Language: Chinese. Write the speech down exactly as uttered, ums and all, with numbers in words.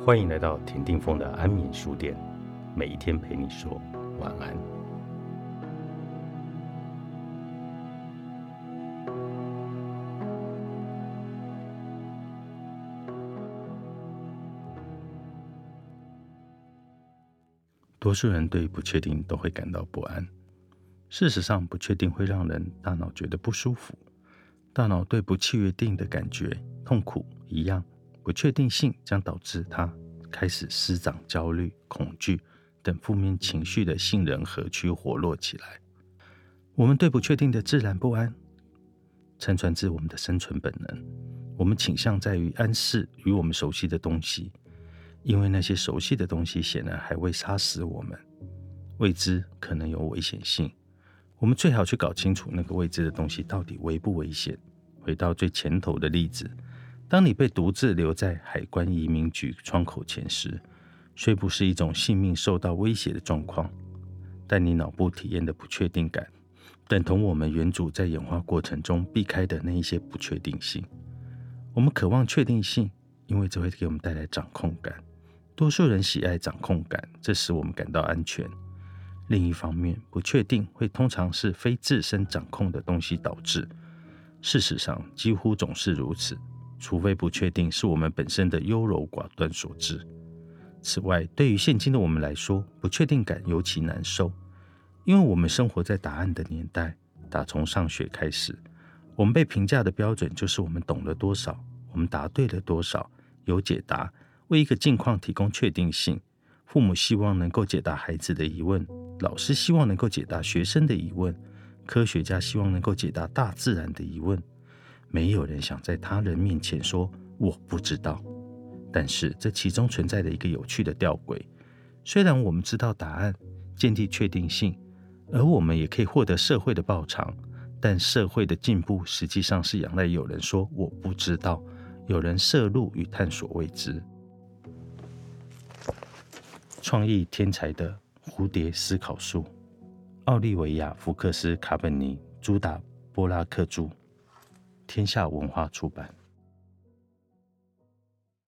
欢迎来到田定峰的安眠书店，每一天陪你说晚安。多数人对不确定都会感到不安。事实上，不确定会让人大脑觉得不舒服。大脑对不确定的感觉、痛苦一样，不确定性将导致它开始施长焦虑、恐惧等负面情绪的杏仁核区活络起来。我们对不确定的自然不安，承传自我们的生存本能。我们倾向在于安适与我们熟悉的东西，因为那些熟悉的东西显然还未杀死我们。未知可能有危险性，我们最好去搞清楚那个未知的东西到底危不危险。回到最前头的例子，当你被独自留在海关移民局窗口前时，虽不是一种性命受到威胁的状况，但你脑部体验的不确定感，等同我们原主在演化过程中避开的那一些不确定性。我们渴望确定性，因为这会给我们带来掌控感。多数人喜爱掌控感，这使我们感到安全。另一方面，不确定会通常是非自身掌控的东西导致。事实上，几乎总是如此，除非不确定是我们本身的优柔寡断所致。此外，对于现今的我们来说，不确定感尤其难受，因为我们生活在答案的年代。打从上学开始，我们被评价的标准就是我们懂了多少，我们答对了多少，有解答，为一个境况提供确定性。父母希望能够解答孩子的疑问，老师希望能够解答学生的疑问，科学家希望能够解答大自然的疑问。没有人想在他人面前说我不知道。但是这其中存在着一个有趣的吊诡，虽然我们知道答案，建立确定性，而我们也可以获得社会的报偿，但社会的进步实际上是仰赖有人说我不知道，有人涉入与探索未知。创意天才的蝴蝶思考术，奥利维亚·福克斯·卡本尼、朱达·波拉克著，天下文化出版。